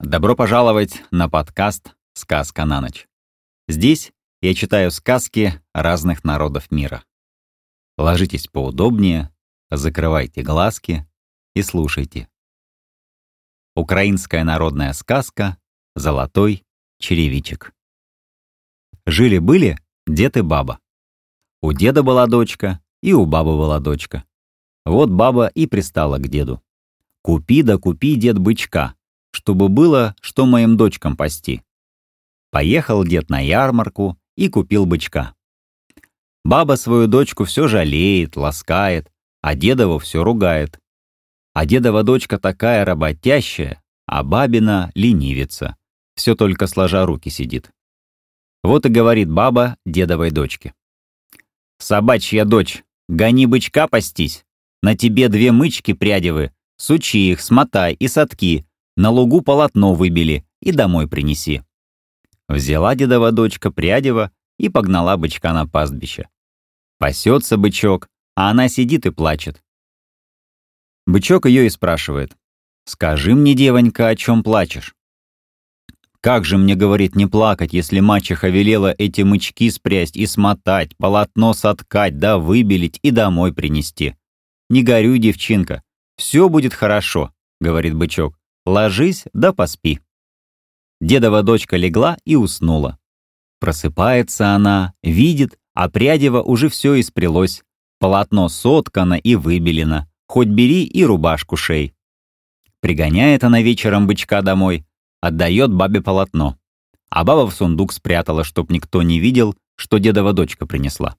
Добро пожаловать на подкаст «Сказка на ночь». Здесь я читаю сказки разных народов мира. Ложитесь поудобнее, закрывайте глазки и слушайте. Украинская народная сказка «Золотой черевичек». Жили-были дед и баба. У деда была дочка, и у бабы была дочка. Вот баба и пристала к деду. «Купи да купи, дед, бычка, чтобы было, что моим дочкам пасти». Поехал дед на ярмарку и купил бычка. Баба свою дочку все жалеет, ласкает, а дедову все ругает. А дедова дочка такая работящая, а бабина ленивица, все только сложа руки сидит. Вот и говорит баба дедовой дочке: «Собачья дочь, гони бычка пастись, на тебе 2 мычки прядевы, сучи их, смотай и сотки, на лугу полотно выбели и домой принеси». Взяла дедова дочка прядева и погнала бычка на пастбище. Пасется бычок, а она сидит и плачет. Бычок ее и спрашивает: «Скажи мне, девонька, о чем плачешь?» «Как же мне, — говорит, — не плакать, если мачеха велела эти мычки спрясть и смотать, полотно соткать, да выбелить и домой принести?» «Не горюй, девчинка, все будет хорошо, — говорит бычок, — ложись да поспи». Дедова дочка легла и уснула. Просыпается она, видит, а прядево уже все испрелось, полотно соткано и выбелено, хоть бери и рубашку шей. Пригоняет она вечером бычка домой, отдает бабе полотно, а баба в сундук спрятала, чтоб никто не видел, что дедова дочка принесла.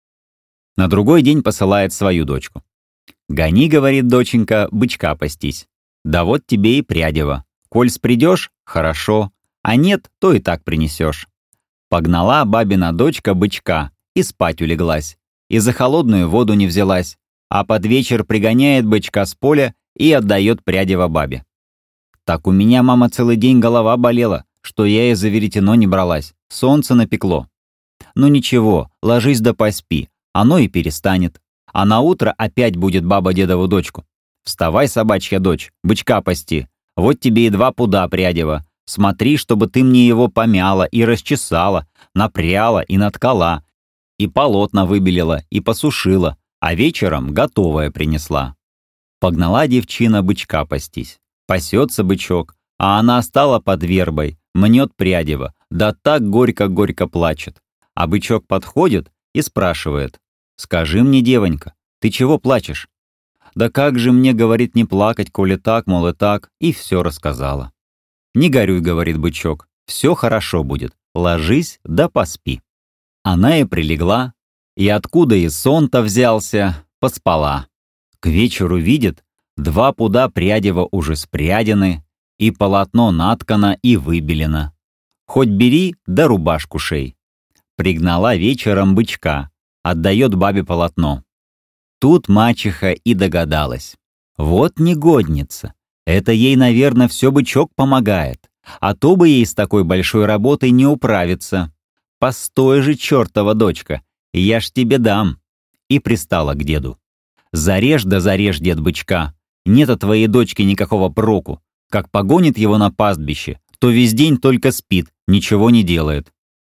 На другой день посылает свою дочку. «Гони, — говорит доченька, — бычка пастись. Да вот тебе и прядево. Коль спридешь — хорошо, а нет, то и так принесешь». Погнала бабина дочка бычка и спать улеглась, и за холодную воду не взялась, а под вечер пригоняет бычка с поля и отдает прядево бабе. «Так у меня, мама, целый день голова болела, что я и за веретено не бралась, солнце напекло». «Ну ничего, ложись да поспи, оно и перестанет. А на утро опять будет баба дедову дочку. Вставай, собачья дочь, бычка пасти, вот тебе и 2 пуда прядева. Смотри, чтобы ты мне его помяла и расчесала, напряла и наткала, и полотна выбелила и посушила, а вечером готовое принесла». Погнала девчина бычка пастись. Пасется бычок, а она стала под вербой, мнет прядево, да так горько-горько плачет. А бычок подходит и спрашивает: «Скажи мне, девонька, ты чего плачешь?» «Да как же мне, — говорит, — не плакать, коли так, мол, и так», и все рассказала. «Не горюй, — говорит бычок, — все хорошо будет, ложись да поспи». Она и прилегла, и откуда и сон-то взялся, поспала. К вечеру видит, 2 пуда прядева уже спрядены, и полотно наткано и выбелено. Хоть бери да рубашку шей. Пригнала вечером бычка, отдает бабе полотно. Тут мачеха и догадалась. Вот негодница. Это ей, наверное, все бычок помогает, а то бы ей с такой большой работой не управиться. «Постой же, чертова дочка, я ж тебе дам». И пристала к деду. «Зарежь да зарежь, дед, бычка. Нет от твоей дочки никакого проку. Как погонит его на пастбище, то весь день только спит, ничего не делает».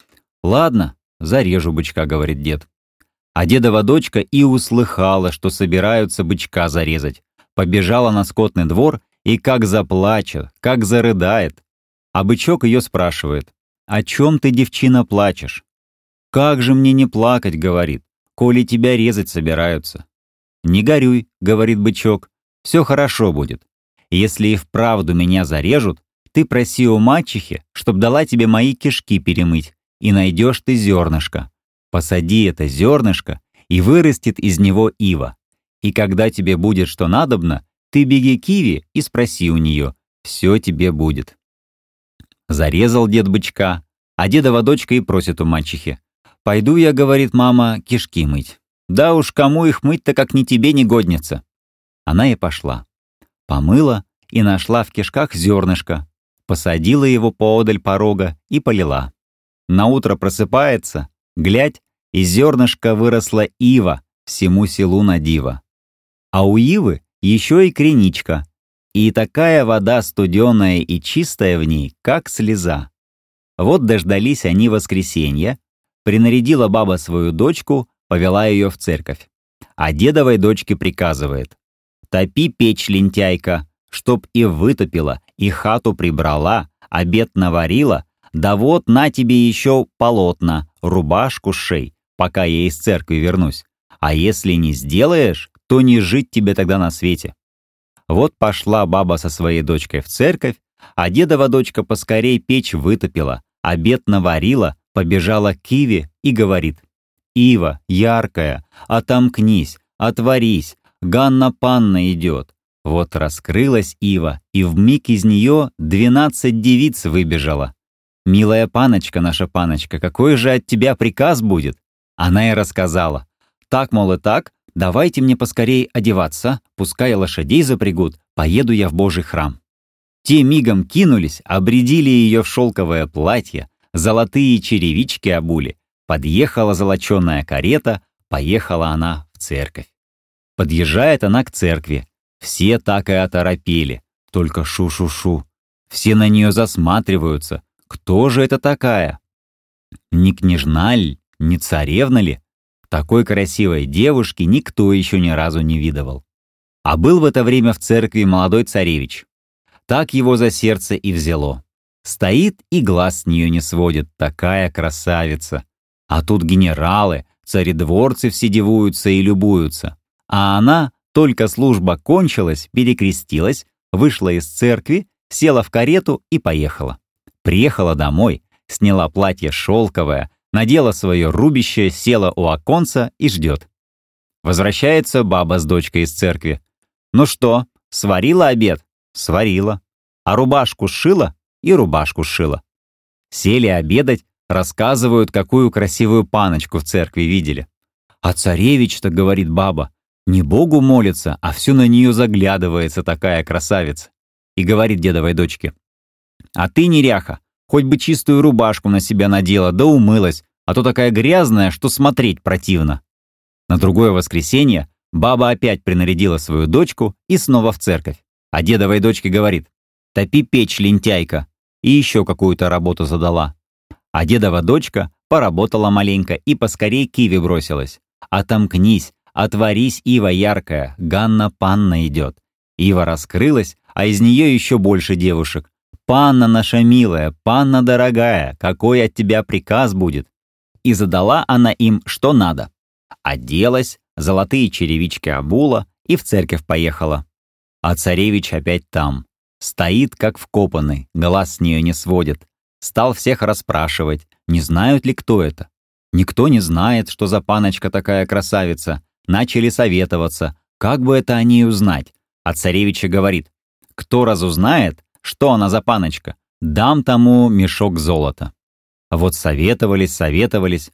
«Ладно, зарежу бычка, — говорит дед». А дедова дочка и услыхала, что собираются бычка зарезать. Побежала на скотный двор и как заплачет, как зарыдает. А бычок ее спрашивает: «О чем ты, девчина, плачешь?» «Как же мне не плакать, — говорит, — коли тебя резать собираются». «Не горюй, — говорит бычок, — все хорошо будет. Если и вправду меня зарежут, ты проси у мачехи, чтоб дала тебе мои кишки перемыть, и найдешь ты зернышко. Посади это зернышко, и вырастет из него ива. И когда тебе будет что надобно, ты беги к иве и спроси у нее, все тебе будет». Зарезал дед бычка, а дедова дочка и просит у мачехи: «Пойду я, — говорит, — мама, кишки мыть». «Да уж, кому их мыть-то, как не тебе, негодница». Она и пошла. Помыла и нашла в кишках зернышко, посадила его поодаль порога и полила. Наутро просыпается, глядь, из зернышка выросла ива, всему селу на диво. А у ивы еще и криничка. и такая вода студеная и чистая в ней, как слеза. Вот дождались они воскресенья, принарядила баба свою дочку, повела ее в церковь. А дедовой дочке приказывает: «Топи печь, лентяйка, чтоб и вытопила, и хату прибрала, обед наварила, да вот на тебе еще полотна, рубашку сшей, пока я из церкви вернусь. А если не сделаешь, то не жить тебе тогда на свете». Вот пошла баба со своей дочкой в церковь, а дедова дочка поскорей печь вытопила, обед наварила, побежала к Иве и говорит: «Ива, яркая, отомкнись, отворись, Ганна-панна идет». Вот раскрылась ива, и вмиг из нее 12 девиц выбежало. «Милая паночка, наша паночка, какой же от тебя приказ будет?» Она и рассказала. «Так, мол, и так, давайте мне поскорей одеваться, пускай лошадей запрягут, поеду я в Божий храм». Те мигом кинулись, обрядили ее в шелковое платье, золотые черевички обули, подъехала золоченая карета, поехала она в церковь. Подъезжает она к церкви. Все так и оторопели, только шу-шу-шу. Все на нее засматриваются. Кто же это такая? Не княжна ли, не царевна ли? Такой красивой девушки никто еще ни разу не видывал. А был в это время в церкви молодой царевич. Так его за сердце и взяло. Стоит и глаз с нее не сводит, такая красавица. А тут генералы, царедворцы все дивуются и любуются. А она, только служба кончилась, перекрестилась, вышла из церкви, села в карету и поехала. Приехала домой, сняла платье шелковое, надела свое рубище, села у оконца и ждет. Возвращается баба с дочкой из церкви. «Ну что, сварила обед?» «Сварила». «А рубашку сшила?» «И рубашку сшила». Сели обедать, рассказывают, какую красивую паночку в церкви видели. «А царевич-то, — говорит баба, — не Богу молится, а все на нее заглядывается, такая красавица». И говорит дедовой дочке: «А ты, неряха, хоть бы чистую рубашку на себя надела, да умылась, а то такая грязная, что смотреть противно». На другое воскресенье баба опять принарядила свою дочку и снова в церковь. А дедовой дочке говорит: «Топи печь, лентяйка», и еще какую-то работу задала. А дедова дочка поработала маленько и поскорей к Иве бросилась. «Отомкнись, отворись, ива яркая, Ганна-панна идет». Ива раскрылась, а из нее еще больше девушек. «Панна наша милая, панна дорогая, какой от тебя приказ будет?» И задала она им, что надо. Оделась, золотые черевички обула и в церковь поехала. А царевич опять там. Стоит, как вкопанный, глаз с нее не сводит. Стал всех расспрашивать, не знают ли, кто это. Никто не знает, что за паночка такая красавица. Начали советоваться, как бы это о ней узнать. А царевич говорит: «Кто разузнает, что она за паночка, дам тому мешок золота». Вот советовались,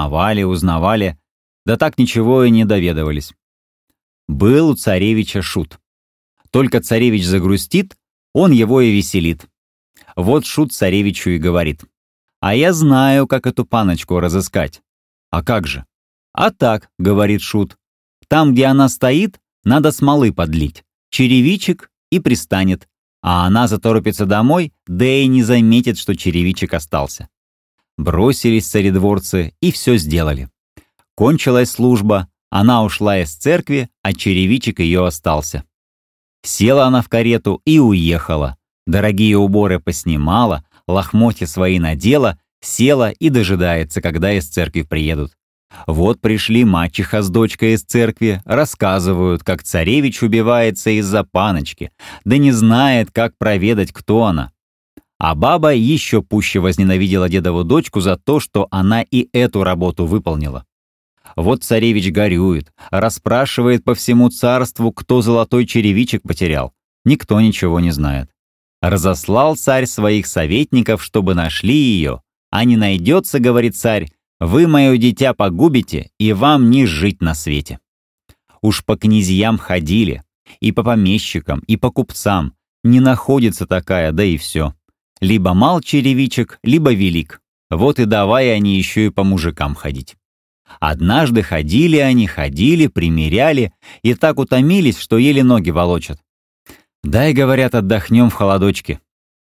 узнавали, да так ничего и не доведывались. Был у царевича шут. Только царевич загрустит, он его и веселит. Вот шут царевичу и говорит: «А я знаю, как эту паночку разыскать». «А как же?» «А так, — говорит шут, — там, где она стоит, надо смолы подлить, черевичек и пристанет, а она заторопится домой, да и не заметит, что черевичек остался». Бросились царедворцы и все сделали. Кончилась служба, она ушла из церкви, а черевичек ее остался. Села она в карету и уехала. Дорогие уборы поснимала, лохмотья свои надела, села и дожидается, когда из церкви приедут. Вот пришли мачеха с дочкой из церкви, рассказывают, как царевич убивается из-за паночки, да не знает, как проведать, кто она. А баба еще пуще возненавидела дедову дочку за то, что она и эту работу выполнила. Вот царевич горюет, расспрашивает по всему царству, кто золотой черевичек потерял. Никто ничего не знает. Разослал царь своих советников, чтобы нашли ее. А не найдется, говорит царь, вы мое дитя погубите, и вам не жить на свете. Уж по князьям ходили, и по помещикам, и по купцам. Не находится такая, да и все. Либо мал черевичек, либо велик. Вот и давай они еще и по мужикам ходить. Однажды ходили, примеряли, и так утомились, что еле ноги волочат. Дай, говорят, отдохнем в холодочке.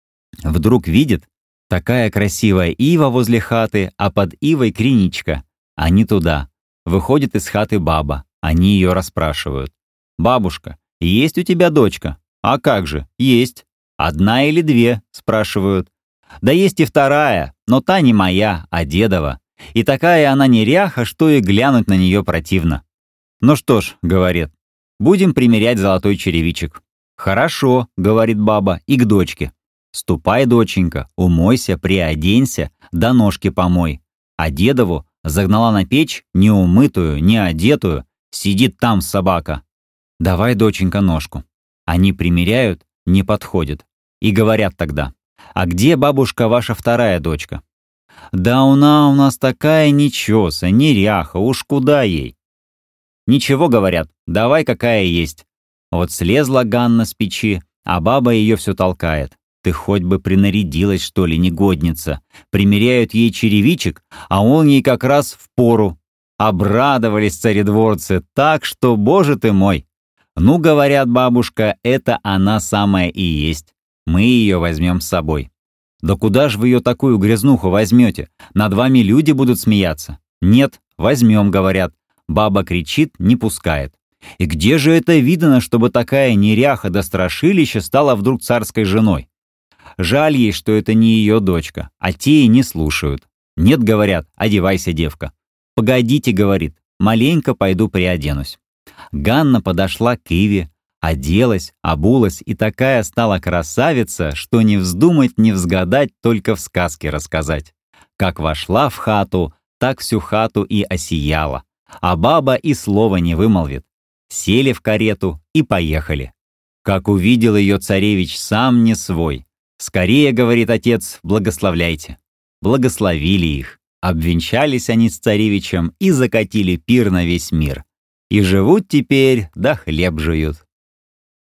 Вдруг видит, такая красивая ива возле хаты, а под ивой криничка. Они туда. Выходит из хаты баба. Они ее расспрашивают. «Бабушка, есть у тебя дочка?» «А как же, есть. Одна или две?» спрашивают. «Да есть и вторая, но та не моя, а дедова. И такая она неряха, что и глянуть на нее противно». «Ну что ж», — говорит, — «будем примерять золотой черевичек». «Хорошо», — говорит баба, — «и к дочке. Ступай, доченька, умойся, приоденься, да ножки помой». А дедову загнала на печь, неумытую, неодетую, сидит там собака. «Давай, доченька, ножку». Они примеряют, не подходит. И говорят тогда: «А где, бабушка, ваша вторая дочка?» «Да она у нас такая нечеса, неряха, уж куда ей?» «Ничего, — говорят, — давай, какая есть». Вот слезла Ганна с печи, а баба ее все толкает. «Ты хоть бы принарядилась, что ли, негодница». Примеряют ей черевичек, а он ей как раз впору. Обрадовались царедворцы так, что, боже ты мой! «Ну, — говорят, бабушка, — это она самая и есть. Мы ее возьмем с собой». «Да куда ж вы ее такую грязнуху возьмете? Над вами люди будут смеяться». «Нет, возьмем, — говорят». Баба кричит, не пускает. И где же это видано, чтобы такая неряха до страшилища стала вдруг царской женой? Жаль ей, что это не ее дочка, а те и не слушают. «Нет, — говорят, — одевайся, девка». «Погодите, — говорит, — маленько пойду приоденусь». Ганна подошла к иве, оделась, обулась и такая стала красавица, что не вздумать, не взгадать, только в сказке рассказать. Как вошла в хату, так всю хату и осияла, а баба и слова не вымолвит. Сели в карету и поехали. Как увидел ее царевич, сам не свой. «Скорее, — говорит отец, — благословляйте». Благословили их. Обвенчались они с царевичем и закатили пир на весь мир. И живут теперь, да хлеб жуют.